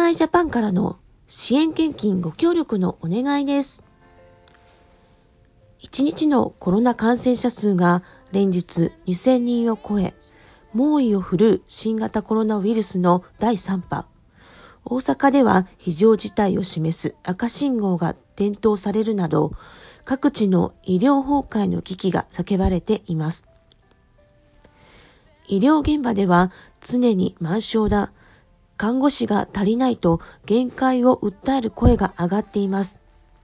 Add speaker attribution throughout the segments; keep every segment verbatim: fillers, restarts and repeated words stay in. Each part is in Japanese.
Speaker 1: エーマイ ジャパンからの支援献金ご協力のお願いです。いちにちのコロナ感染者数が連日にせんにんを超え、猛威を振るう新型コロナウイルスのだいさん波。大阪では非常事態を示す赤信号が点灯されるなど、各地の医療崩壊の危機が叫ばれています。医療現場では常に満床だ、看護師が足りないと限界を訴える声が上がっています。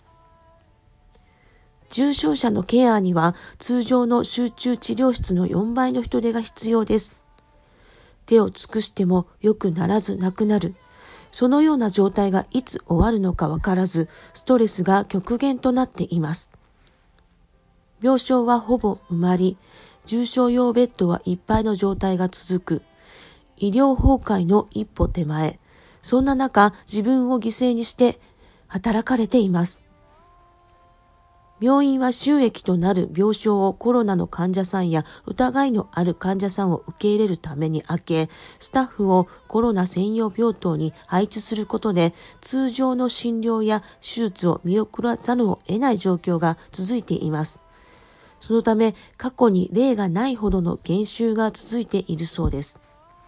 Speaker 1: 重症者のケアには通常の集中治療室のよんばいの人手が必要です。手を尽くしても良くならず亡くなる。そのような状態がいつ終わるのかわからず、ストレスが極限となっています。病床はほぼ埋まり、重症用ベッドはいっぱいの状態が続く。医療崩壊の一歩手前。そんな中、自分を犠牲にして働かれています。病院は収益となる病床をコロナの患者さんや疑いのある患者さんを受け入れるために空け、スタッフをコロナ専用病棟に配置することで、通常の診療や手術を見送らざるを得ない状況が続いています。そのため、過去に例がないほどの減収が続いているそうです。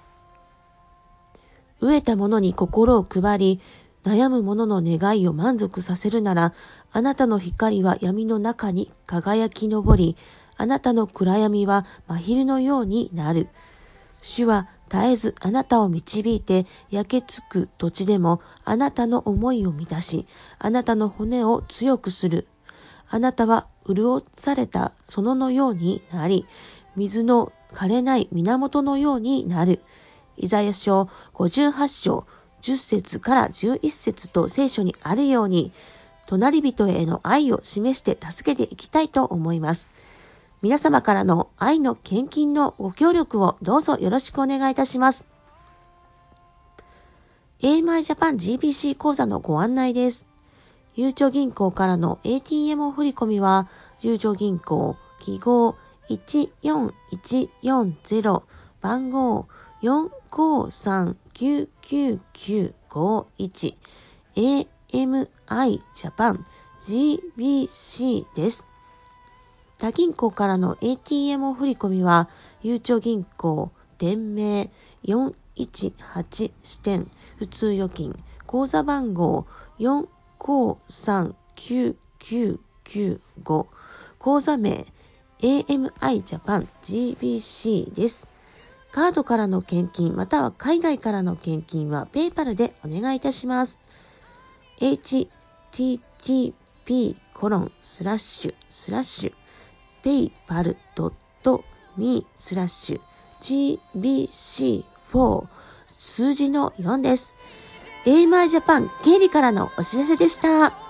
Speaker 1: 飢えた者に心を配り、悩む者の願いを満足させるなら、あなたの光は闇の中に輝き昇り、あなたの暗闇は真昼のようになる。主は絶えずあなたを導いて、焼けつく土地でもあなたの思いを満たし、あなたの骨を強くする。あなたは潤された園のようになり、水の枯れない源のようになる。イザヤ書ごじゅうはち章じゅっ節からじゅういち節と聖書にあるように、隣人への愛を示して助けていきたいと思います。皆様からの愛の献金のご協力をどうぞよろしくお願いいたします。エーマイ ジャパン ジービーシー 口座のご案内です。ゆうちょ銀行からの エーティーエム 振込は、ゆうちょ銀行記号いちよんいちよんゼロ番号よんごさんきゅうきゅうきゅうごいち エーエムアイ ジャパン ジービーシー です。他銀行からの エーティーエム 振込は、ゆうちょ銀行店名よんいちはち支店普通預金口座番号よんごさんきゅうきゅうきゅうご口座名 エーエムアイ ジャパン ジービーシー です。カードからの献金または海外からの献金はペイパルでお願いいたします。エイチティーティーピーコロンスラッシュスラッシュペイパルドットミースラッシュジービーシーフォー 数字のよんです。エーマイ ジャパン経理からのお知らせでした。